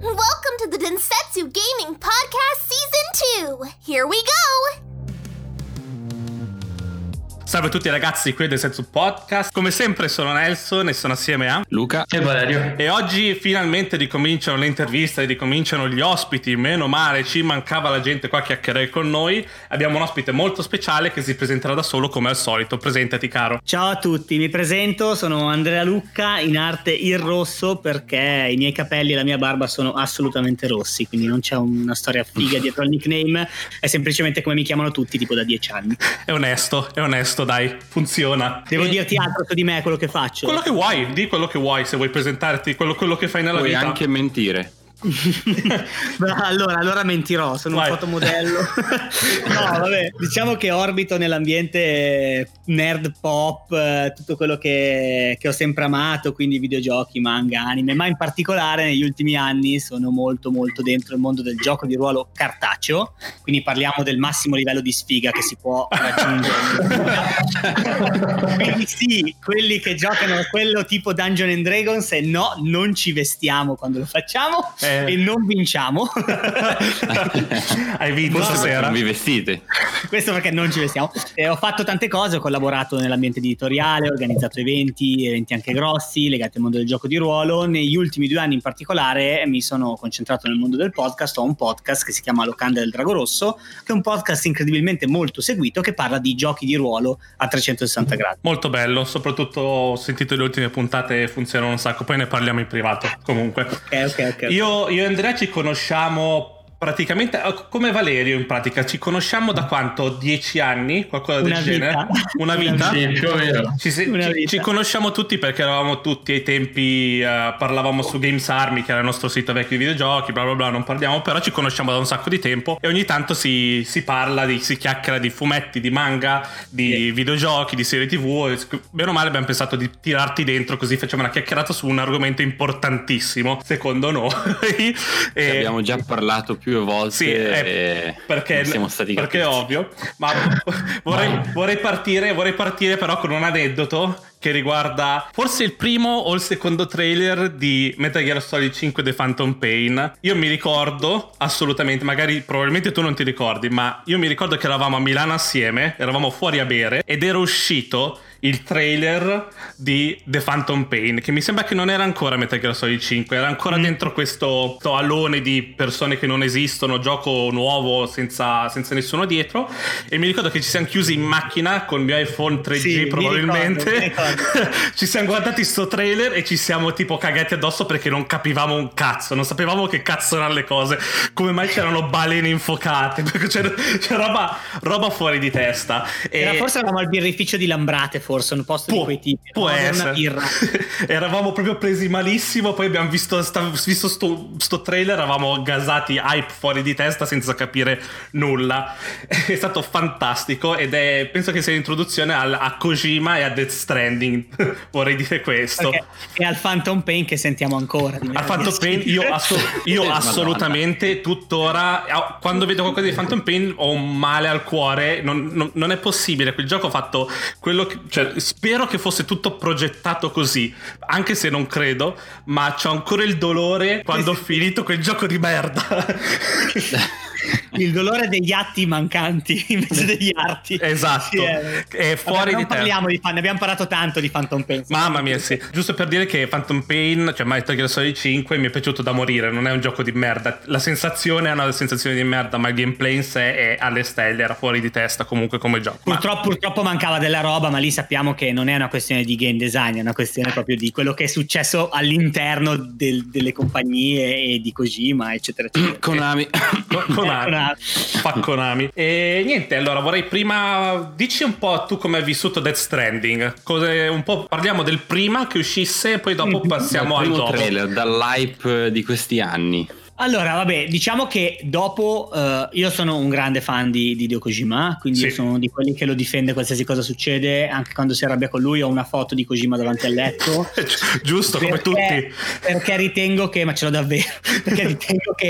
Welcome to the Densetsu Gaming Podcast Season 2. Here we go! Salve a tutti ragazzi, qui è Densetsu Podcast. Come sempre sono Nelson e sono assieme a Luca e Valerio. E oggi finalmente ricominciano le interviste, ricominciano gli ospiti. Meno male, ci mancava la gente qua a chiacchierare con noi. Abbiamo un ospite molto speciale che si presenterà da solo come al solito. Presentati, caro. Ciao a tutti, mi presento, sono Andrea Lucca, in arte il rosso, perché i miei capelli e la mia barba sono assolutamente rossi, quindi non c'è una storia figa dietro al nickname, è semplicemente come mi chiamano tutti tipo da 10 anni. È onesto, dai, funziona. Devo dirti altro su di me, quello che faccio? Quello che vuoi, di quello che vuoi, se vuoi presentarti, quello che fai nella vita. Puoi anche mentire. allora mentirò, sono un fotomodello. No, vabbè, diciamo che orbito nell'ambiente nerd pop, tutto quello che ho sempre amato, quindi videogiochi, manga, anime, ma in particolare negli ultimi anni sono molto molto dentro il mondo del gioco di ruolo cartaceo, quindi parliamo del massimo livello di sfiga che si può raggiungere. Quindi sì, quelli che giocano a quello tipo Dungeons and Dragons, e no, non ci vestiamo quando lo facciamo. E non vinciamo. Hai vinto stasera. Non vi vestite. Questo perché non ci vestiamo. Ho fatto tante cose, ho collaborato nell'ambiente editoriale, ho organizzato eventi anche grossi legati al mondo del gioco di ruolo. Negli ultimi 2 anni in particolare mi sono concentrato nel mondo del podcast. Ho un podcast che si chiama Locanda del Drago Rosso, che è un podcast incredibilmente molto seguito che parla di giochi di ruolo a 360 gradi. Molto bello, soprattutto ho sentito le ultime puntate, funzionano un sacco, poi ne parliamo in privato. Comunque Ok. Io e Andrea ci conosciamo praticamente come Valerio, in pratica ci conosciamo da quanto? 10 anni? Qualcosa del genere? Una vita? Sì, più o meno. Ci conosciamo tutti perché eravamo tutti ai tempi, parlavamo su Games Army, che era il nostro sito vecchio di videogiochi, bla bla bla, non parliamo, però ci conosciamo da un sacco di tempo e ogni tanto si parla, si chiacchiera di fumetti, di manga, di videogiochi, di serie TV. Bene o male abbiamo pensato di tirarti dentro, così facciamo una chiacchierata su un argomento importantissimo, secondo noi. E abbiamo già parlato più volte, sì, perché siamo stati perché è ovvio, ma vorrei partire però con un aneddoto che riguarda forse il primo o il secondo trailer di Metal Gear Solid 5 The Phantom Pain. Io mi ricordo assolutamente, probabilmente tu non ti ricordi, ma io mi ricordo che eravamo a Milano assieme, eravamo fuori a bere ed era uscito il trailer di The Phantom Pain, che mi sembra che non era ancora Metal Gear Solid 5, era ancora dentro questo alone di persone che non esistono, gioco nuovo senza nessuno dietro, e mi ricordo che ci siamo chiusi in macchina con il mio iPhone 3G probabilmente, mi ricordo. Ci siamo guardati sto trailer e ci siamo tipo cagati addosso perché non capivamo un cazzo, non sapevamo che cazzo erano le cose, come mai c'erano balene infuocate, c'era roba fuori di testa. Forse eravamo al birrificio di Lambrate, forse un posto di quei tipi. Può essere. Eravamo proprio presi malissimo, poi abbiamo visto sto trailer, eravamo gasati, hype fuori di testa senza capire nulla. È stato fantastico ed penso che sia l'introduzione a Kojima e a Death Stranding. Vorrei dire questo. E al Phantom Pain che sentiamo ancora. Al Phantom Pain io assolutamente tuttora quando vedo qualcosa di Phantom Pain ho un male al cuore. Non è possibile, quel gioco ha fatto quello che, cioè, spero che fosse tutto progettato così, anche se non credo, ma c'ho ancora il dolore quando ho finito quel gioco di merda. Il dolore degli atti mancanti invece degli arti. Esatto, sì, è fuori di te. Ne abbiamo parlato tanto di Phantom Pain. Mamma mia, sì. Giusto per dire che Phantom Pain, cioè Metal Gear Solid 5, mi è piaciuto da morire. Non è un gioco di merda. La sensazione è una sensazione di merda, ma il gameplay in sé è alle stelle, era fuori di testa comunque come gioco. Purtroppo mancava della roba, ma lì sappiamo che non è una questione di game design, è una questione proprio di quello che è successo all'interno delle compagnie e di Kojima, eccetera eccetera. Konami. Fa Konami. E niente, allora vorrei prima dici un po' tu come hai vissuto Death Stranding, un po' parliamo del prima che uscisse e poi dopo passiamo al dopo. Trailer, dall'hype di questi anni. Allora, vabbè, diciamo che dopo io sono un grande fan di Hideo Kojima, quindi sì. Io sono di quelli che lo difende qualsiasi cosa succede, anche quando si arrabbia con lui ho una foto di Kojima davanti al letto. Giusto, come tutti. Perché ritengo che, ma ce l'ho davvero, perché ritengo che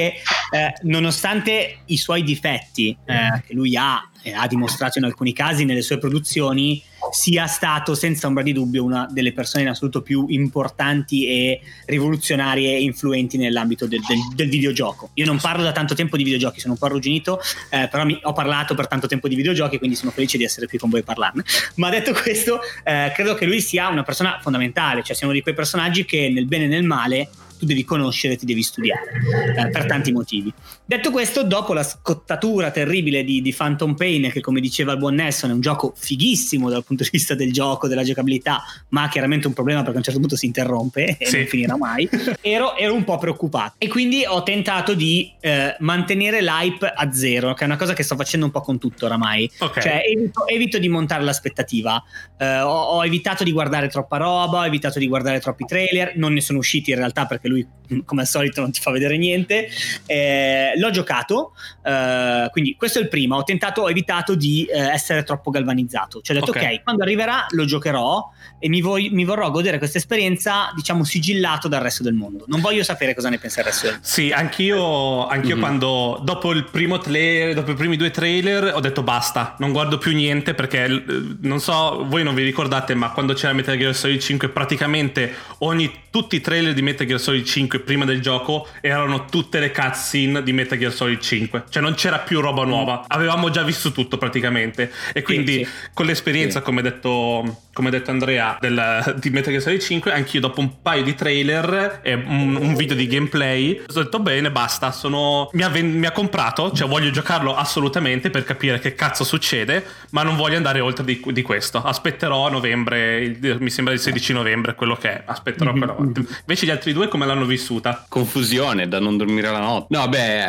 nonostante i suoi difetti che lui ha dimostrato in alcuni casi nelle sue produzioni, sia stato senza ombra di dubbio una delle persone in assoluto più importanti e rivoluzionarie e influenti nell'ambito del videogioco. Io non parlo da tanto tempo di videogiochi, sono un po' arrugginito, però ho parlato per tanto tempo di videogiochi, quindi sono felice di essere qui con voi a parlarne. Ma detto questo, credo che lui sia una persona fondamentale, cioè sia uno di quei personaggi che nel bene e nel male tu devi conoscere, ti devi studiare per tanti motivi. Detto questo, dopo la scottatura terribile di Phantom Pain, che come diceva il buon Nelson è un gioco fighissimo dal punto di vista del gioco, della giocabilità, ma ha chiaramente un problema perché a un certo punto si interrompe e non finirà mai, ero un po' preoccupato e quindi ho tentato di mantenere l'hype a zero, che è una cosa che sto facendo un po' con tutto oramai. Cioè evito di montare l'aspettativa, ho evitato di guardare troppa roba, ho evitato di guardare troppi trailer, non ne sono usciti in realtà perché lui come al solito non ti fa vedere niente. L'ho giocato, quindi questo è il primo. Ho evitato di essere troppo galvanizzato, cioè ho detto ok, quando arriverà lo giocherò e mi vorrò godere questa esperienza, diciamo, sigillato dal resto del mondo. Non voglio sapere cosa ne pensa il resto del mondo. Sì, anch'io quando dopo il primo trailer, dopo i primi 2 trailer ho detto basta, non guardo più niente, perché non so, voi non vi ricordate, ma quando c'era Metal Gear Solid 5 praticamente tutti i trailer di Metal Gear Solid 5 prima del gioco erano tutte le cutscene di Metal Gear Solid 5, cioè non c'era più roba nuova, avevamo già visto tutto praticamente, e quindi con l'esperienza, come ha detto Andrea, di Metal Gear Solid 5, anch'io dopo un paio di trailer e un video di gameplay ho detto bene, basta, mi ha comprato, cioè voglio giocarlo assolutamente per capire che cazzo succede, ma non voglio andare oltre di questo. Aspetterò novembre, mi sembra il 16 novembre quello che è, aspetterò quella volta. Invece gli altri 2 come l'hanno vissuta? Confusione, da non dormire la notte. No,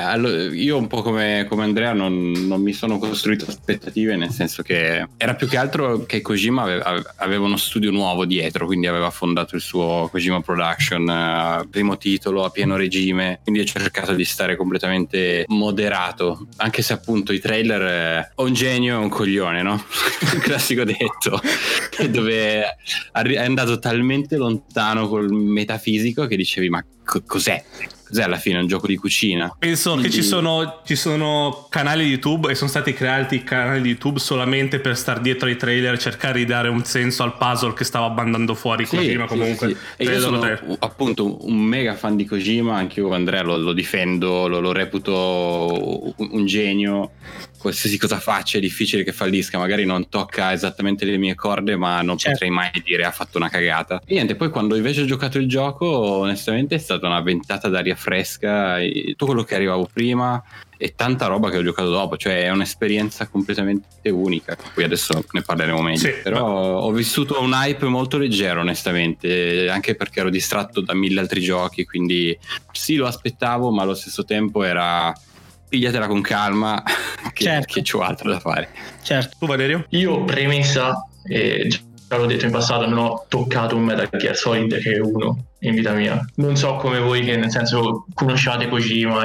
io un po' come Andrea non mi sono costruito aspettative, nel senso che era più che altro che Kojima aveva uno studio nuovo dietro, quindi aveva fondato il suo Kojima Production, primo titolo a pieno regime, quindi ho cercato di stare completamente moderato, anche se appunto i trailer un genio è un coglione, no? Il classico detto, dove è andato talmente lontano col metafisico che dicevi ma cos'è alla fine, un gioco di cucina? Penso che ci sono canali di YouTube, e sono stati creati canali di YouTube solamente per star dietro ai trailer, cercare di dare un senso al puzzle che stava mandando fuori Kojima. Comunque sì. E io sono appunto un mega fan di Kojima, anche io Andrea lo difendo, lo reputo un genio. Qualsiasi cosa faccia è difficile che fallisca, magari non tocca esattamente le mie corde, ma non potrei mai dire ha fatto una cagata. E niente, poi quando invece ho giocato il gioco, onestamente è stata una ventata d'aria fresca, tutto quello che arrivavo prima e tanta roba che ho giocato dopo, cioè è un'esperienza completamente unica. Poi adesso ne parleremo meglio, però ho vissuto un hype molto leggero onestamente, anche perché ero distratto da 1000 altri giochi, quindi sì, lo aspettavo, ma allo stesso tempo era pigliatela con calma, che c'ho altro da fare. Certo. Tu Valerio? Io premessa, già l'ho detto in passato, non ho toccato un Metal Gear Solid che è uno in vita mia. Non so come voi, che nel senso conosciate Kojima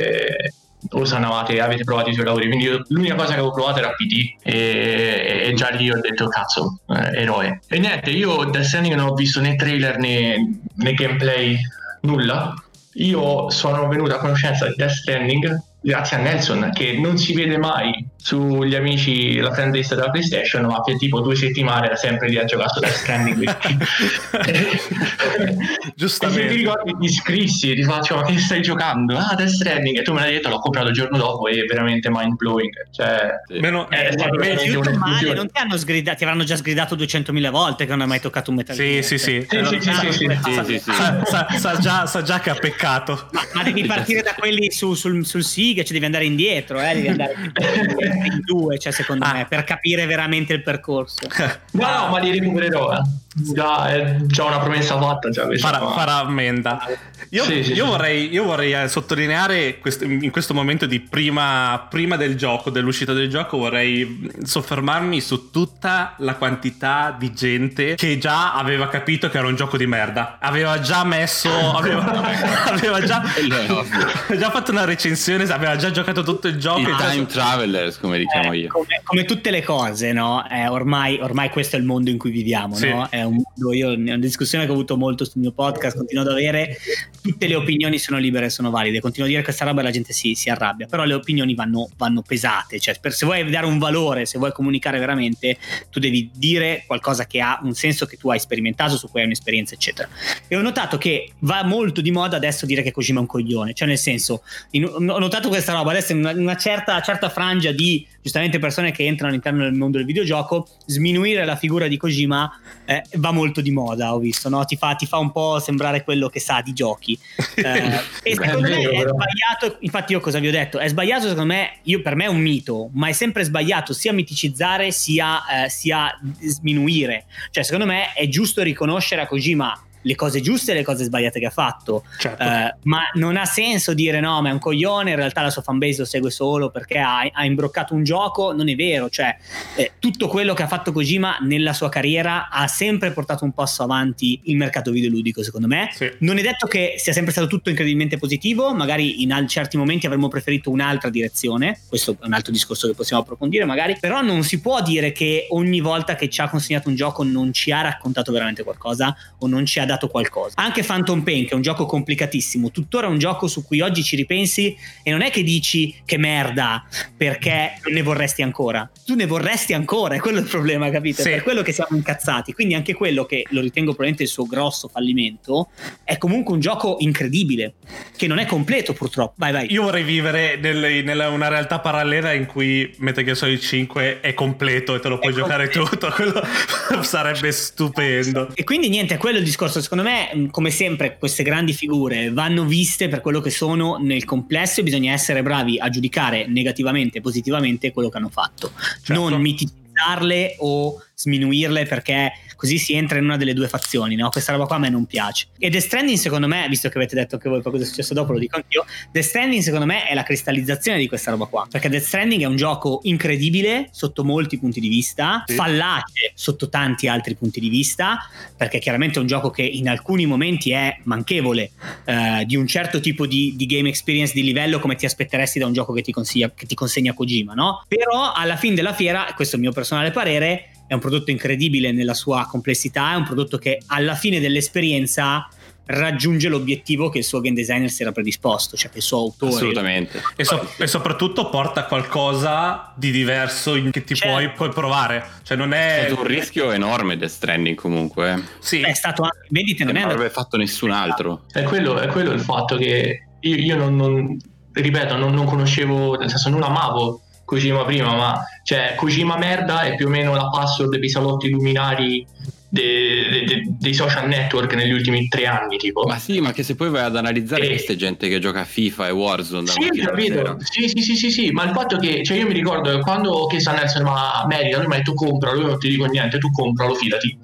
o sanavate, avete provato i suoi lavori, quindi l'unica cosa che avevo provato era PT e già lì ho detto cazzo, eroe. E niente, io Death Stranding non ho visto né trailer né gameplay, nulla. Io sono venuto a conoscenza di Death Stranding grazie a Nelson, che non si vede mai sugli amici, la friend list della PlayStation, ma per tipo 2 settimane era sempre lì a giocare su Death Stranding. Giustamente. E se ti ricordi, ti iscrissi e ti faccio: ma che stai giocando? Ah, Death Stranding. E tu me l'hai detto, l'ho comprato il giorno dopo e è veramente mind blowing. Cioè, è stato veramente male, non ti hanno sgridato, ti avranno già sgridato 200.000 volte che non hai mai toccato un Metal Gear. Sì. Sa già che ha peccato. Ma devi partire da quelli sul SIG, cioè devi andare indietro, devi andare in 2, cioè secondo me, per capire veramente il percorso. No, ma li recupererò. È già una promessa fatta, già farà ammenda. Io vorrei sottolineare in questo momento di prima del gioco, dell'uscita del gioco, vorrei soffermarmi su tutta la quantità di gente che già aveva capito che era un gioco di merda, aveva già fatto una recensione, aveva già giocato tutto il gioco. I time travelers, come li chiamo io. Come tutte le cose, no? Ormai questo è il mondo in cui viviamo, no? è un mondo, io è una discussione che ho avuto molto sul mio podcast, continuo ad avere, tutte le opinioni sono libere e sono valide, continuo a dire questa roba e la gente si arrabbia, però le opinioni vanno pesate, cioè se vuoi dare un valore, se vuoi comunicare veramente, tu devi dire qualcosa che ha un senso, che tu hai sperimentato, su cui hai un'esperienza eccetera. E ho notato che va molto di moda adesso dire che Kojima è un coglione, cioè nel senso, ho notato questa roba adesso in una certa frangia di giustamente persone che entrano all'interno del mondo del videogioco, sminuire la figura di Kojima va molto di moda, ho visto, no? Ti fa un po' sembrare quello che sa di giochi, e secondo me è sbagliato. Infatti io cosa vi ho detto? È sbagliato secondo me, per me è un mito, ma è sempre sbagliato sia miticizzare sia sminuire. Cioè secondo me è giusto riconoscere a Kojima le cose giuste e le cose sbagliate che ha fatto, certo. Ma non ha senso dire no, ma è un coglione, in realtà la sua fanbase lo segue solo perché ha imbroccato un gioco. Non è vero, cioè tutto quello che ha fatto Kojima nella sua carriera ha sempre portato un passo avanti il mercato videoludico, secondo me. Sì. Non è detto che sia sempre stato tutto incredibilmente positivo, magari in certi momenti avremmo preferito un'altra direzione, questo è un altro discorso che possiamo approfondire magari, però non si può dire che ogni volta che ci ha consegnato un gioco non ci ha raccontato veramente qualcosa o non ci ha dato qualcosa. Anche Phantom Pain, che è un gioco complicatissimo, tuttora è un gioco su cui oggi ci ripensi e non è che dici che merda perché ne vorresti ancora, tu ne vorresti ancora, è quello il problema, capite? Sì. Per quello che siamo incazzati. Quindi anche quello, che lo ritengo probabilmente il suo grosso fallimento, è comunque un gioco incredibile che non è completo purtroppo. Vai. Io vorrei vivere nella una realtà parallela in cui Metal Gear Solid 5 è completo e te lo puoi giocare tutto, quello sarebbe stupendo. E quindi niente, è quello il discorso. Secondo me, come sempre, queste grandi figure vanno viste per quello che sono nel complesso e bisogna essere bravi a giudicare negativamente e positivamente quello che hanno fatto, certo. Non miticizzarle o sminuirle, perché così si entra in una delle due fazioni, no? Questa roba qua a me non piace. E Death Stranding, secondo me, visto che avete detto che voi poi cosa è successo dopo, lo dico anch'io, Death Stranding secondo me è la cristallizzazione di questa roba qua, perché Death Stranding è un gioco incredibile sotto molti punti di vista, sì. Fallace sotto tanti altri punti di vista, perché chiaramente è un gioco che in alcuni momenti è manchevole di un certo tipo di game experience di livello come ti aspetteresti da un gioco che ti consegna Kojima, no? Però alla fine della fiera, questo è il mio personale parere, è un prodotto incredibile nella sua complessità, è un prodotto che alla fine dell'esperienza raggiunge l'obiettivo che il suo game designer si era predisposto, cioè che il suo autore. Assolutamente. E soprattutto porta qualcosa di diverso che ti puoi provare, cioè non è stato un rischio enorme Death Stranding comunque. Sì, è stato anche, vendite non avrebbe fatto nessun altro. È quello il fatto che io non ripeto, non conoscevo, nel senso non amavo Kojima prima, ma cioè Kojima merda è più o meno la password dei salotti luminari dei social network negli ultimi 3 anni, tipo. Ma sì, ma che se poi vai ad analizzare questa gente che gioca a FIFA e Warzone, sì, capito. Sì, ma il fatto che, cioè io mi ricordo che quando Chris Nelson merita, lui mi ha detto compralo, io non ti dico niente, tu compralo, fidati.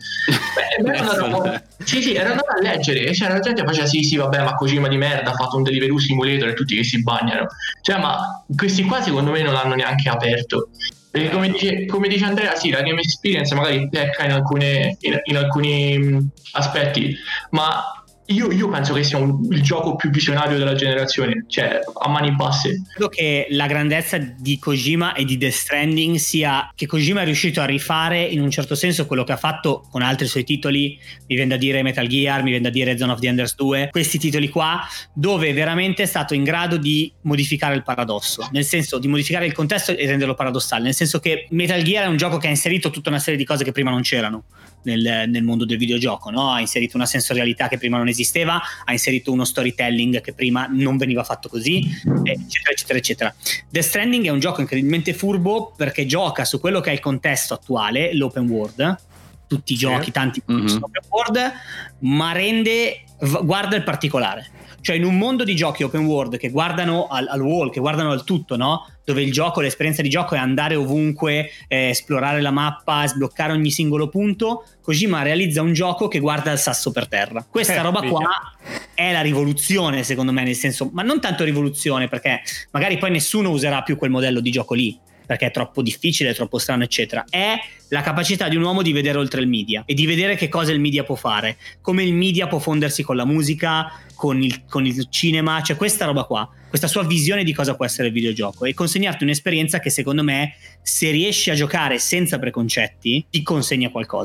Era andato a leggere e c'era la gente che faceva sì vabbè, ma Kojima di merda ha fatto un Deliveroo Simulator e tutti che si bagnano, cioè ma questi qua secondo me non l'hanno neanche aperto. Perché come dice Andrea, sì, la game experience magari pecca in alcuni aspetti, ma io penso che sia il gioco più visionario della generazione, cioè a mani basse. Credo che la grandezza di Kojima e di Death Stranding sia che Kojima è riuscito a rifare in un certo senso quello che ha fatto con altri suoi titoli, mi viene da dire Metal Gear, mi viene da dire Zone of the Enders 2, questi titoli qua, dove veramente è stato in grado di modificare il paradosso, nel senso di modificare il contesto e renderlo paradossale, nel senso che Metal Gear è un gioco che ha inserito tutta una serie di cose che prima non c'erano nel mondo del videogioco, no? Ha inserito una sensorialità che prima non esisteva, ha inserito uno storytelling che prima non veniva fatto così, eccetera. Death Stranding è un gioco incredibilmente furbo perché gioca su quello che è il contesto attuale, l'open world, tutti i giochi, tanti open world, ma guarda il particolare. Cioè in un mondo di giochi open world che guardano al wall, che guardano al tutto, no? Dove il gioco, l'esperienza di gioco è andare ovunque, esplorare la mappa, sbloccare ogni singolo punto, Kojima realizza un gioco che guarda il sasso per terra. Questa roba qua è la rivoluzione, secondo me, nel senso, ma non tanto rivoluzione, perché magari poi nessuno userà più quel modello di gioco lì, perché è troppo difficile, è troppo strano, eccetera. È la capacità di un uomo di vedere oltre il media e di vedere che cosa il media può fare, come il media può fondersi con la musica, con il cinema, cioè questa roba qua, questa sua visione di cosa può essere il videogioco e consegnarti un'esperienza che secondo me, se riesci a giocare senza preconcetti, ti consegna qualcosa.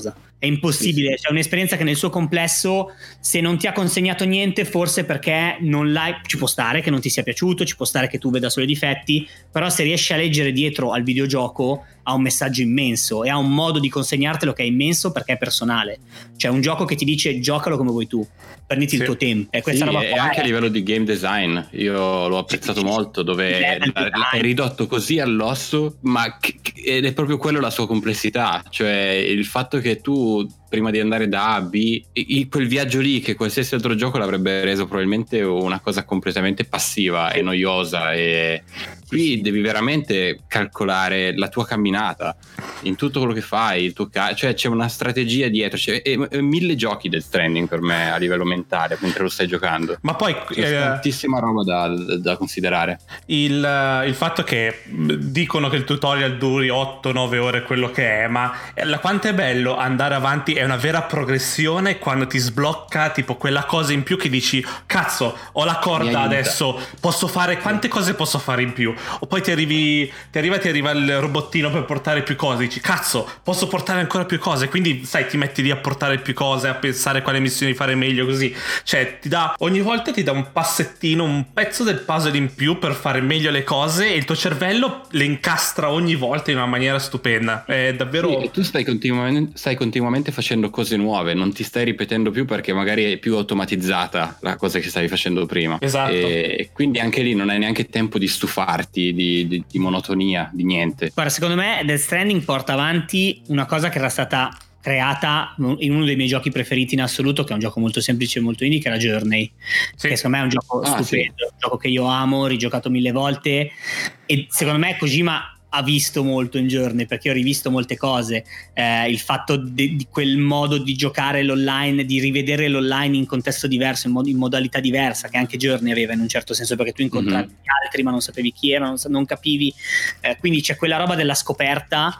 è impossibile, cioè un'esperienza che nel suo complesso, se non ti ha consegnato niente, forse perché non l'hai, ci può stare che non ti sia piaciuto, ci può stare che tu veda solo i difetti, però se riesci a leggere dietro al videogioco ha un messaggio immenso e ha un modo di consegnartelo che è immenso perché è personale, cioè un gioco che ti dice giocalo come vuoi tu, prenditi il tuo tempo, e questa roba e anche a livello di game design io l'ho apprezzato molto, dove è ridotto così all'osso, ma ed è proprio quello la sua complessità, cioè il fatto che tu prima di andare da A a B, quel viaggio lì che qualsiasi altro gioco l'avrebbe reso probabilmente una cosa completamente passiva e noiosa, e qui devi veramente calcolare la tua camminata in tutto quello che fai, il tuo cioè c'è una strategia dietro, c'è 1000 giochi Death Stranding per me a livello mentale mentre lo stai giocando, ma poi c'è tantissima roba da considerare. Il fatto che dicono che il tutorial duri 8-9 ore, quello che è, ma quanto è bello andare avanti, è una vera progressione quando ti sblocca tipo quella cosa in più che dici cazzo, ho la corda adesso, posso fare quante cose posso fare in più, o poi ti arriva il robottino per portare più cose, dici cazzo, posso portare ancora più cose, quindi sai, ti metti lì a portare più cose, a pensare quale missioni fare meglio, così, cioè ogni volta ti dà un passettino, un pezzo del puzzle in più per fare meglio le cose, e il tuo cervello le incastra ogni volta in una maniera stupenda, è davvero. Sì, e tu stai continuamente facendo cose nuove, non ti stai ripetendo più perché magari è più automatizzata la cosa che stavi facendo prima. Esatto. E quindi anche lì non hai neanche tempo di stufarti di monotonia, di niente. Guarda, secondo me Death Stranding porta avanti una cosa che era stata creata in uno dei miei giochi preferiti in assoluto, che è un gioco molto semplice e molto indie, che era Journey, che secondo me è un gioco stupendo, un gioco che io amo, ho rigiocato 1000 volte, e secondo me Kojima ha visto molto in Journey, perché ho rivisto molte cose, il fatto di quel modo di giocare l'online, di rivedere l'online in contesto diverso, in modalità diversa, che anche Journey aveva in un certo senso, perché tu incontravi gli altri ma non sapevi chi erano, non capivi, quindi c'è quella roba della scoperta,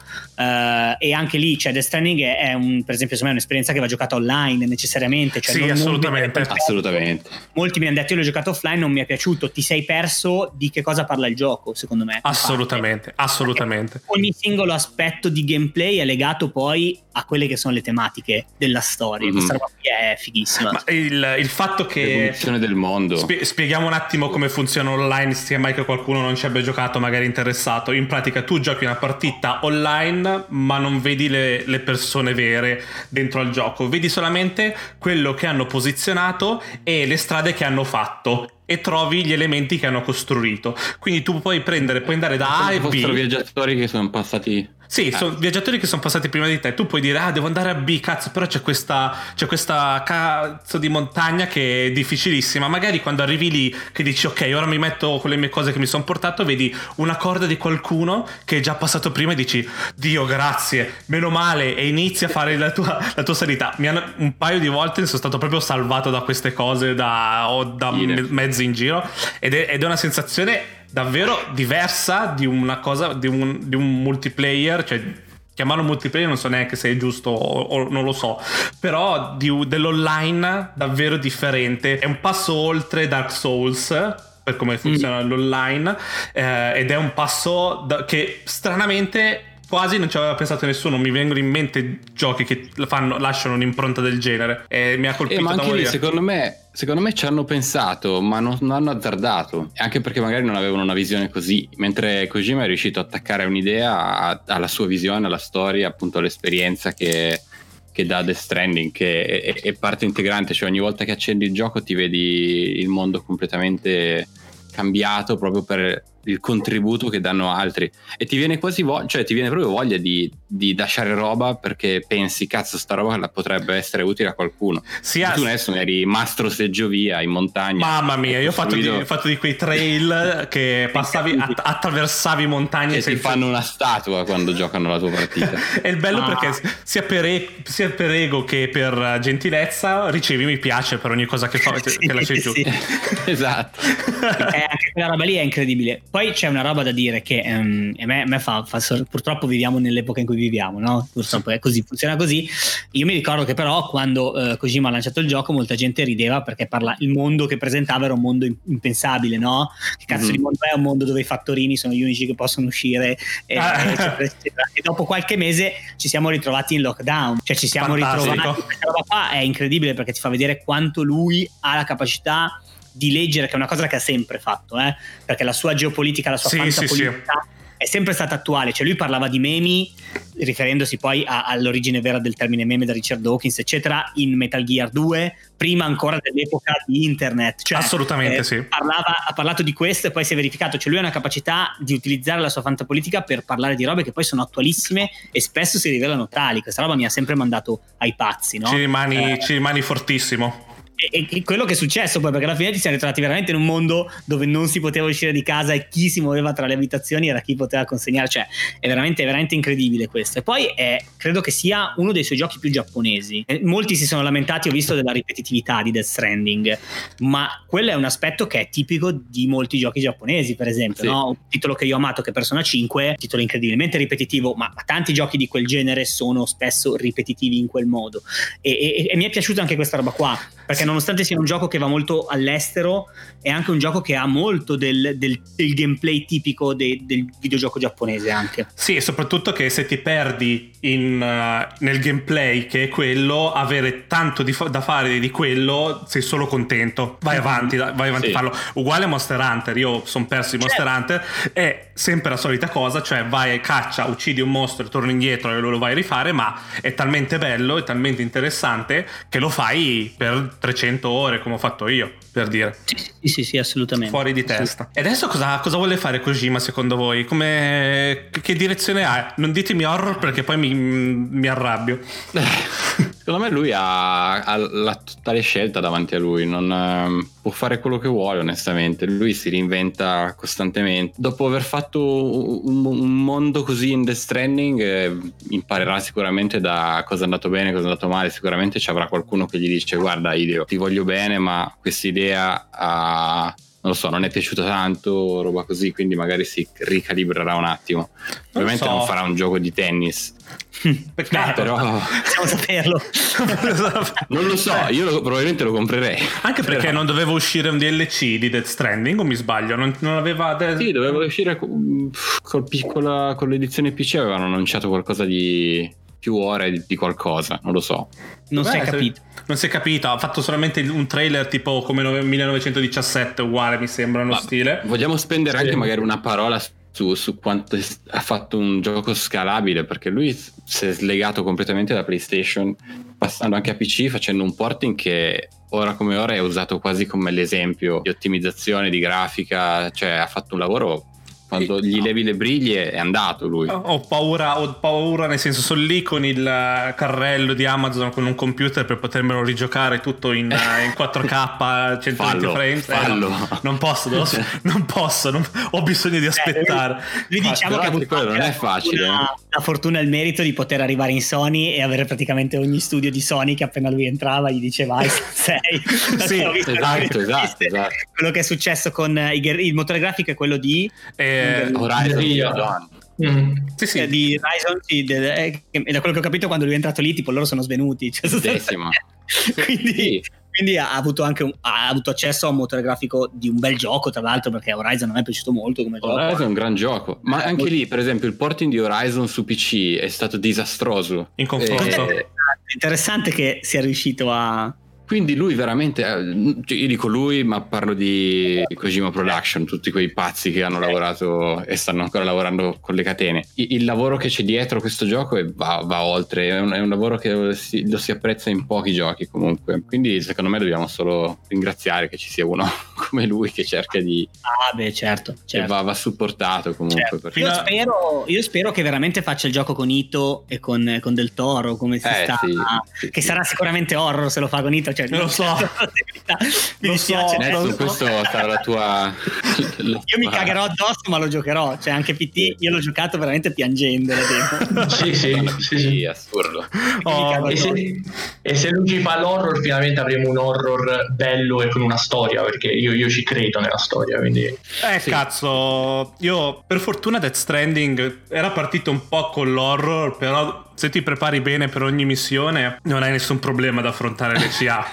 e anche lì Death Stranding è per esempio secondo me è un'esperienza che va giocata online necessariamente, cioè sì, assolutamente. Molti mi hanno detto io l'ho giocato offline, non mi è piaciuto, ti sei perso di che cosa parla il gioco, secondo me. Assolutamente. Ogni singolo aspetto di gameplay è legato poi a quelle che sono le tematiche della storia. Questa roba qui è fighissima. Ma il fatto che l'evoluzione del mondo. Spieghiamo un attimo come funziona online, sia mai che qualcuno non ci abbia giocato, magari interessato. In pratica tu giochi una partita online, ma non vedi le persone vere dentro al gioco, vedi solamente quello che hanno posizionato e le strade che hanno fatto, e trovi gli elementi che hanno costruito. Quindi tu puoi andare da A e B. Sono viaggiatori che sono passati. Sì, sono viaggiatori che sono passati prima di te. Tu puoi dire devo andare a B, cazzo, però c'è questa cazzo di montagna che è difficilissima. Magari quando arrivi lì che dici ok, ora mi metto con le mie cose che mi sono portato, vedi una corda di qualcuno che è già passato prima e dici Dio grazie, meno male, e inizi a fare la tua salita. Un paio di volte sono stato proprio salvato da queste cose, da mezzi in giro, ed è una sensazione davvero diversa di una cosa, di un multiplayer, cioè chiamarlo multiplayer non so neanche se è giusto o non lo so, però dell'online davvero differente, è un passo oltre Dark Souls per come funziona l'online, ed è un passo che stranamente quasi non ci aveva pensato nessuno. Mi vengono in mente giochi che lasciano un'impronta del genere, e mi ha colpito ma da anche morire. Lì secondo me ci hanno pensato, ma non hanno azzardato, anche perché magari non avevano una visione così, mentre Kojima è riuscito a attaccare un'idea alla sua visione, alla storia, appunto all'esperienza che dà Death Stranding, che è parte integrante, cioè ogni volta che accendi il gioco ti vedi il mondo completamente cambiato proprio per il contributo che danno altri, e ti viene quasi ti viene proprio voglia di lasciare roba, perché pensi cazzo sta roba potrebbe essere utile a qualcuno. Tu adesso eri mastro seggiovia in montagna, mamma mia, io ho fatto di quei trail che passavi attraversavi montagne e ti fanno una statua quando giocano la tua partita. È il bello perché sia per ego che per gentilezza ricevi mi piace per ogni cosa che lasci giù. Esatto. Anche quella roba lì è incredibile. Poi c'è una roba da dire che a me purtroppo viviamo nell'epoca in cui viviamo, no? Purtroppo è così, funziona così. Io mi ricordo che però quando Kojima ha lanciato il gioco molta gente rideva perché il mondo che presentava era un mondo impensabile, no? Che cazzo di mondo è? Un mondo dove i fattorini sono gli unici che possono uscire eccetera, eccetera. E dopo qualche mese ci siamo ritrovati in lockdown, cioè ci siamo ritrovati. Questa roba qua è incredibile perché ti fa vedere quanto lui ha la capacità di leggere, che è una cosa che ha sempre fatto, perché la sua geopolitica, la sua fantapolitica è sempre stata attuale. Cioè lui parlava di memi riferendosi poi all'origine vera del termine meme da Richard Dawkins eccetera in Metal Gear 2, prima ancora dell'epoca di internet, cioè, assolutamente sì. Ha parlato di questo e poi si è verificato, cioè lui ha una capacità di utilizzare la sua fantapolitica per parlare di robe che poi sono attualissime e spesso si rivelano tali. Questa roba mi ha sempre mandato ai pazzi, no? Ci rimani fortissimo. E quello che è successo poi, perché alla fine ci siamo ritrovati veramente in un mondo dove non si poteva uscire di casa e chi si muoveva tra le abitazioni era chi poteva consegnare, cioè è veramente incredibile questo. E poi credo che sia uno dei suoi giochi più giapponesi. Molti si sono lamentati, ho visto, della ripetitività di Death Stranding, ma quello è un aspetto che è tipico di molti giochi giapponesi, per esempio, sì. No? Un titolo che io ho amato, che è Persona 5, titolo incredibilmente ripetitivo, ma tanti giochi di quel genere sono spesso ripetitivi in quel modo e mi è piaciuta anche questa roba qua, perché nonostante sia un gioco che va molto all'estero, è anche un gioco che ha molto del gameplay tipico del videogioco giapponese anche. Sì, e soprattutto che se ti perdi nel gameplay, che è quello, avere tanto da fare di quello, sei solo contento, vai avanti sì. A farlo. Uguale a Monster Hunter, io sono perso in Monster Hunter, è sempre la solita cosa, cioè vai, caccia, uccidi un mostro, torni indietro e lo vai a rifare, ma è talmente bello, è talmente interessante che lo fai per 300 ore come ho fatto io, per dire. Sì, assolutamente. Fuori di testa. E adesso cosa vuole fare Kojima secondo voi? Che direzione ha? Non ditemi horror perché poi mi arrabbio. Secondo me lui ha la totale scelta davanti a lui, non può fare quello che vuole onestamente, lui si reinventa costantemente. Dopo aver fatto un mondo così in Death Stranding imparerà sicuramente da cosa è andato bene, cosa è andato male, sicuramente ci avrà qualcuno che gli dice guarda Hideo, ti voglio bene ma questa idea non lo so, non è piaciuta tanto, roba così, quindi magari si ricalibrerà un attimo. Ovviamente non farà un gioco di tennis. Peccato. Però possiamo saperlo. Non lo so, io probabilmente lo comprerei. Anche perché non doveva uscire un DLC di Death Stranding, o mi sbaglio? Non aveva Sì, doveva uscire con l'edizione PC, avevano annunciato qualcosa di più ore di qualcosa, non lo so. Non si è capito, ha fatto solamente un trailer tipo come 1917, uguale mi sembra uno stile. Vogliamo spendere anche magari una parola su quanto ha fatto un gioco scalabile, perché lui si è slegato completamente da PlayStation, passando anche a PC, facendo un porting che ora come ora è usato quasi come l'esempio di ottimizzazione, di grafica, cioè ha fatto un lavoro. Quando gli levi le briglie è andato lui. Ho paura, nel senso sono lì con il carrello di Amazon con un computer per potermelo rigiocare tutto in 4K 120 frames. Non posso, ho bisogno di aspettare. Lui diciamo che non è facile. La fortuna e il merito di poter arrivare in Sony e avere praticamente ogni studio di Sony che appena lui entrava gli diceva sei. Sì, esatto. Quello che è successo con il motore grafico è quello di Horizon. Sì. Di Horizon, e da quello che ho capito quando lui è entrato lì tipo loro sono svenuti, cioè, quindi ha avuto accesso a un motore grafico di un bel gioco, tra l'altro, perché Horizon a me è piaciuto molto come gioco. Horizon è un gran gioco, ma anche lì per esempio il porting di Horizon su PC è stato disastroso in confronto. È interessante che sia riuscito a... Quindi lui veramente, io dico lui, ma parlo di Kojima Production, tutti quei pazzi che hanno lavorato e stanno ancora lavorando con le catene. Il lavoro che c'è dietro questo gioco va oltre, è un lavoro che lo si apprezza in pochi giochi comunque. Quindi secondo me dobbiamo solo ringraziare che ci sia uno come lui che cerca di... certo. E va supportato comunque. Certo. Io spero che veramente faccia il gioco con Ito e con Del Toro, come si sta, sì. Che sarà sicuramente horror se lo fa con Ito. Cioè, lo so. Mi dispiace. Questo sarà la tua. Io mi cagherò addosso, ma lo giocherò. Cioè, anche PT, io l'ho giocato veramente piangendo. Sì, assurdo. E se lui ci fa l'horror, finalmente avremo un horror bello e con una storia. Perché io io ci credo nella storia, quindi sì. Cazzo, io per fortuna Death Stranding era partito un po' con l'horror, però se ti prepari bene per ogni missione non hai nessun problema ad affrontare le CA.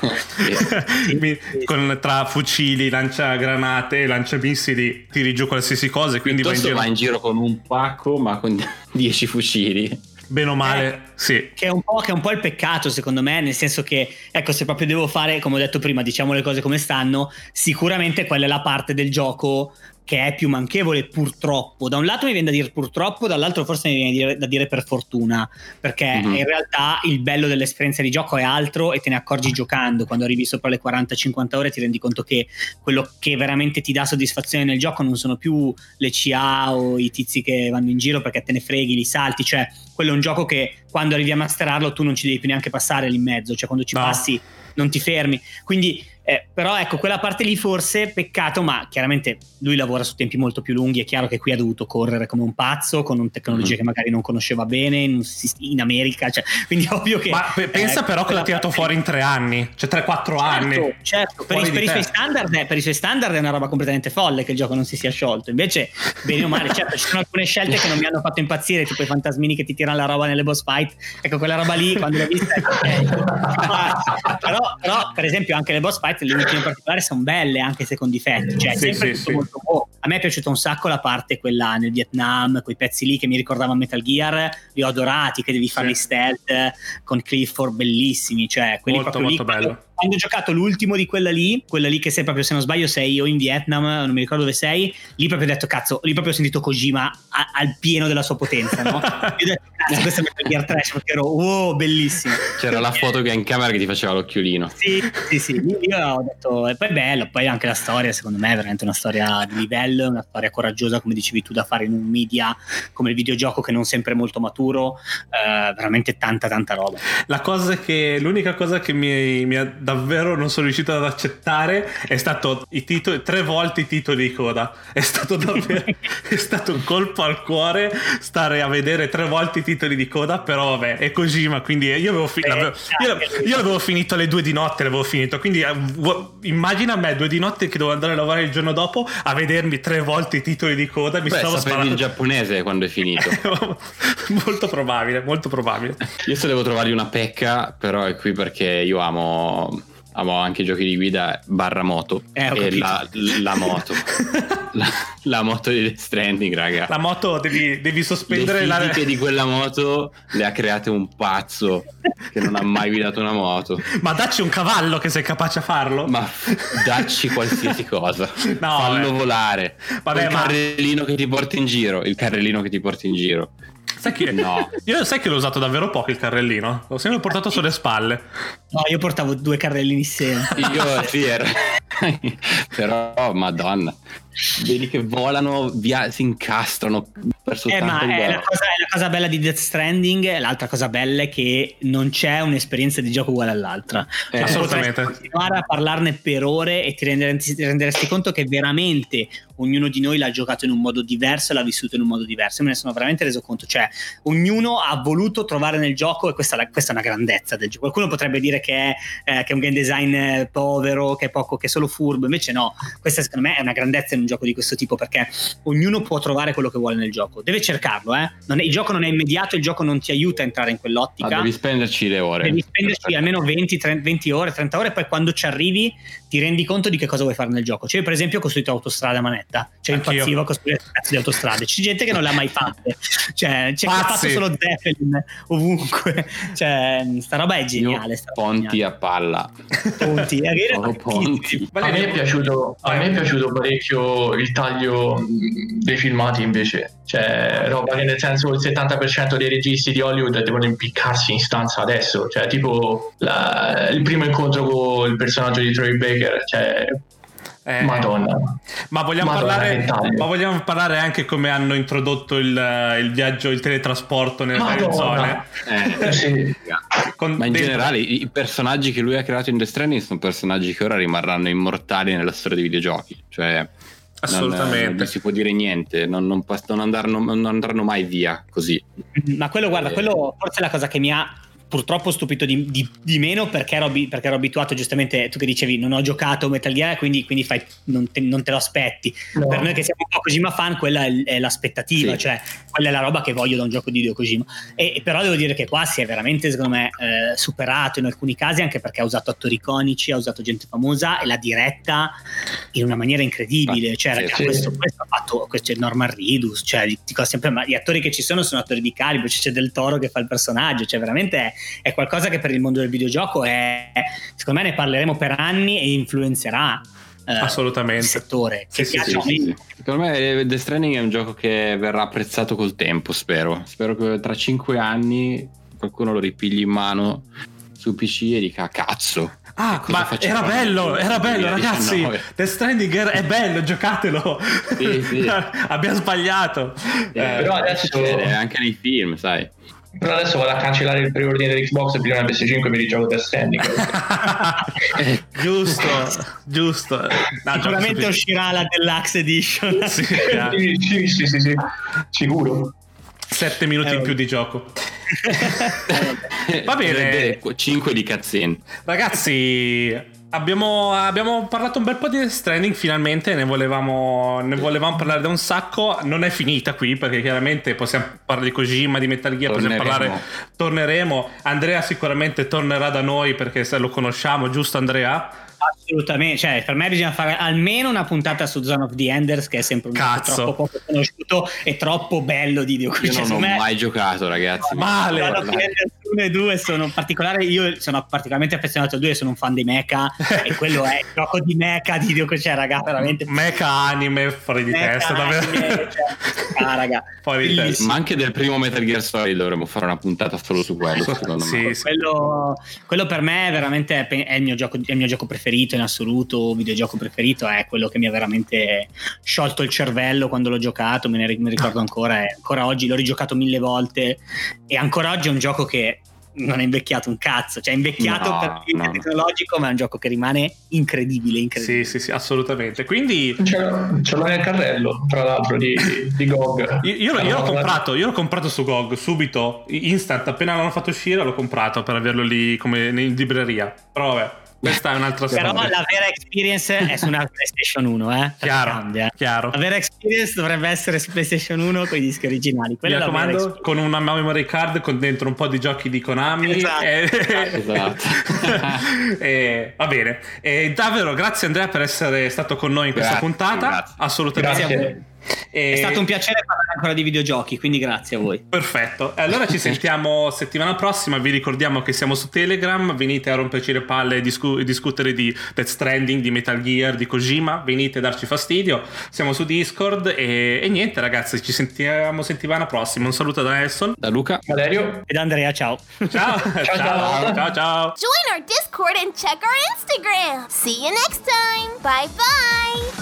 Tra fucili, lanciagranate, lanciamissili, tiri giù qualsiasi cosa, quindi vai in giro con un pacco ma con 10 fucili. Bene o male, sì. Che è un po' il peccato, secondo me, nel senso che, ecco, se proprio devo fare, come ho detto prima, diciamo le cose come stanno, sicuramente quella è la parte del gioco che è più manchevole, purtroppo. Da un lato mi viene da dire purtroppo, dall'altro forse mi viene da dire per fortuna, perché in realtà il bello dell'esperienza di gioco è altro e te ne accorgi giocando. Quando arrivi sopra le 40-50 ore ti rendi conto che quello che veramente ti dà soddisfazione nel gioco non sono più le CA o i tizi che vanno in giro perché te ne freghi, li salti, cioè quello è un gioco che quando arrivi a masterarlo tu non ci devi più neanche passare lì in mezzo, cioè quando ci passi non ti fermi, quindi però ecco, quella parte lì forse peccato, ma chiaramente lui lavora su tempi molto più lunghi. È chiaro che qui ha dovuto correre come un pazzo con tecnologie che magari non conosceva bene in America, cioè, quindi ovvio che ma pensa però che l'ha tirato fuori in 3 anni, cioè 3-4 anni. Certo, per i suoi standard è una roba completamente folle che il gioco non si sia sciolto. Invece bene o male, certo, ci sono alcune scelte che non mi hanno fatto impazzire, tipo i fantasmini che ti tirano la roba nelle boss fight, ecco, quella roba lì quando l'ho vista però per esempio anche le boss fight, le ultime in particolare, sono belle anche se con difetti, cioè sempre tutto molto buono. A me è piaciuta un sacco la parte quella nel Vietnam, quei pezzi lì che mi ricordavano Metal Gear, li ho adorati, che devi fare i stealth con Clifford, bellissimi, cioè quelli molto proprio molto lì, bello. Quando ho giocato l'ultimo di quella lì che sei proprio, se non sbaglio sei o in Vietnam, non mi ricordo dove sei, lì proprio ho detto cazzo, lì proprio ho sentito Kojima al pieno della sua potenza, no? Io ho detto cazzo, questo è Metal Gear Trash, perché ero bellissimo. C'era la foto che è in camera che ti faceva l'occhiolino. Sì, io ho detto, e poi è bello, poi anche la storia secondo me è veramente una storia di livello, una storia coraggiosa, come dicevi tu, da fare in un media come il videogioco che non sempre è molto maturo, veramente tanta roba. L'unica cosa che mi ha davvero non sono riuscito ad accettare è stato 3 volte i titoli di coda. È stato davvero è stato un colpo al cuore stare a vedere 3 volte i titoli di coda, però vabbè, è Kojima, quindi io l'avevo finito alle 2 di notte, quindi immagina me 2 di notte che devo andare a lavorare il giorno dopo a vedermi 3 volte i titoli di coda. Stavo sparando il giapponese quando è finito. molto probabile. Io se devo trovargli una pecca, però è qui perché io amo anche i giochi di guida / moto, e la moto la moto di Death Stranding, raga, la moto devi sospendere le fisiche di quella moto le ha create un pazzo che non ha mai guidato una moto. Ma dacci un cavallo che sei capace a farlo, ma dacci qualsiasi cosa, fallo volare. Vabbè, il carrellino che ti porta in giro, Sai che no. Io sai che l'ho usato davvero poco il carrellino, l'ho sempre portato sulle spalle. No, io portavo 2 carrellini insieme. Io sì, però madonna, vedi che volano via, si incastrano per soltanto ma è la cosa bella di Death Stranding. L'altra cosa bella è che non c'è un'esperienza di gioco uguale all'altra, assolutamente. Continuare a parlarne per ore e ti renderesti conto che veramente ognuno di noi l'ha giocato in un modo diverso e l'ha vissuto in un modo diverso. Me ne sono veramente reso conto, cioè ognuno ha voluto trovare nel gioco, e questa è una grandezza del gioco. Qualcuno potrebbe dire che è un game design povero, che è poco, che è solo furbo, invece no, questa secondo me è una grandezza in un gioco di questo tipo, perché ognuno può trovare quello che vuole nel gioco, deve cercarlo, il gioco non è immediato, il gioco non ti aiuta a entrare in quell'ottica, devi spenderci le ore, devi spenderci almeno 20 ore, 30 ore, poi quando ci arrivi ti rendi conto di che cosa vuoi fare nel gioco. Cioè io per esempio ho costruito autostrada a manetta, cioè impazzivo a costruire cazzo di autostrade, c'è gente che non le ha mai fatte, cioè c'è chi ha fatto solo Zeppelin ovunque, cioè sta roba è geniale. Ponti a palla, ponti. A me è piaciuto parecchio il taglio dei filmati invece, cioè roba che nel senso il 70% dei registi di Hollywood devono impiccarsi in stanza adesso, cioè tipo il primo incontro con il personaggio di Troy Baker, cioè Madonna. Ma vogliamo parlare anche come hanno introdotto il viaggio, il teletrasporto nelle varie zone. Sì. Ma in generale i personaggi che lui ha creato in Death Stranding sono personaggi che ora rimarranno immortali nella storia dei videogiochi, cioè assolutamente non si può dire niente, non andranno mai via così. Ma quello, guarda, quello forse è la cosa che mi ha purtroppo stupito di meno perché ero abituato, giustamente tu che dicevi non ho giocato Metal Gear, quindi non te lo aspetti. No. Per noi che siamo un po' Kojima fan, quella è l'aspettativa, Sì. cioè quella è la roba che voglio da un gioco di Hideo Kojima. E però devo dire che qua si è veramente, secondo me, superato in alcuni casi, anche perché ha usato attori iconici, ha usato gente famosa e l'ha diretta in una maniera incredibile. Cioè, Sì, ragazzi, sì. questo ha fatto, questo è Norman Reedus, cioè dico sempre, ma gli attori che ci sono attori di calibro, c'è Del Toro che fa il personaggio, cioè veramente è qualcosa che per il mondo del videogioco secondo me ne parleremo per anni e influenzerà assolutamente il settore. Sì, Che sì, piaccia o Sì, meno. sì. Secondo me Death Stranding è un gioco che verrà apprezzato col tempo, spero che tra 5 anni qualcuno lo ripigli in mano su PC e dica cazzo. Ah, cosa ma facciamo era bello nel ragazzi. 2019? Death Stranding è bello, giocatelo. Sì, sì. Abbiamo sbagliato. Però adesso- succede anche nei film, sai. Però adesso vado a cancellare il preordine dell'Xbox e pigliare una PS5 e mi rigioco Death Stranding. giusto. No, Sicuramente gioco uscirà la Deluxe Edition. sì, chiaro. Sì, sicuro. 7 minuti in più di gioco. Va bene. 5 di cutscene. Ragazzi, abbiamo parlato un bel po' di Death Stranding finalmente, ne volevamo parlare da un sacco. Non è finita qui perché chiaramente possiamo parlare di Kojima, di Metal Gear, torneremo. Andrea sicuramente tornerà da noi perché se lo conosciamo, giusto Andrea? Assolutamente, cioè per me bisogna fare almeno una puntata su Zone of the Enders, che è sempre un gioco troppo poco conosciuto e troppo bello di Hideo Kojima. Io non ho mai giocato, ragazzi. Zone of the Enders 1 e 2 sono particolari. Io sono particolarmente affezionato al 2, sono un fan di mecha e quello è il gioco di mecha di Hideo Kojima, raga, veramente mecha anime fuori di testa, davvero. Raga, fuori di testa. Ma anche del primo Metal Gear Solid dovremmo fare una puntata solo su quello, secondo me. Sì. Quello per me veramente è il mio gioco preferito in assoluto, videogioco preferito, è quello che mi ha veramente sciolto il cervello quando l'ho giocato, mi ricordo ancora, e ancora oggi l'ho rigiocato 1000 volte e ancora oggi è un gioco che non è invecchiato un cazzo, cioè è invecchiato per il tecnologico, ma è un gioco che rimane incredibile. Sì, assolutamente. Quindi ce l'ho nel carrello, tra l'altro, di GOG. Io l'ho comprato su GOG subito, instant, appena l'hanno fatto uscire l'ho comprato per averlo lì come in libreria. Però vabbè, questa è un'altra storia. Però la vera experience è su una PlayStation 1, chiaro. La vera experience dovrebbe essere su PlayStation 1 con i dischi originali. Mi raccomando, con una memory card con dentro un po' di giochi di Konami. Esatto. Va bene. Davvero, grazie Andrea per essere stato con noi in questa puntata. Grazie. Assolutamente. Grazie a voi. È stato un piacere parlare ancora di videogiochi, quindi grazie a voi. Perfetto, allora ci sentiamo settimana prossima. Vi ricordiamo che siamo su Telegram, venite a romperci le palle e discutere di Death Stranding, di Metal Gear, di Kojima, venite a darci fastidio. Siamo su Discord e niente ragazzi, ci sentiamo settimana prossima. Un saluto da Nelson, da Luca, Valerio e da Andrea. Ciao. ciao. Join our Discord and check our Instagram. See you next time. Bye bye.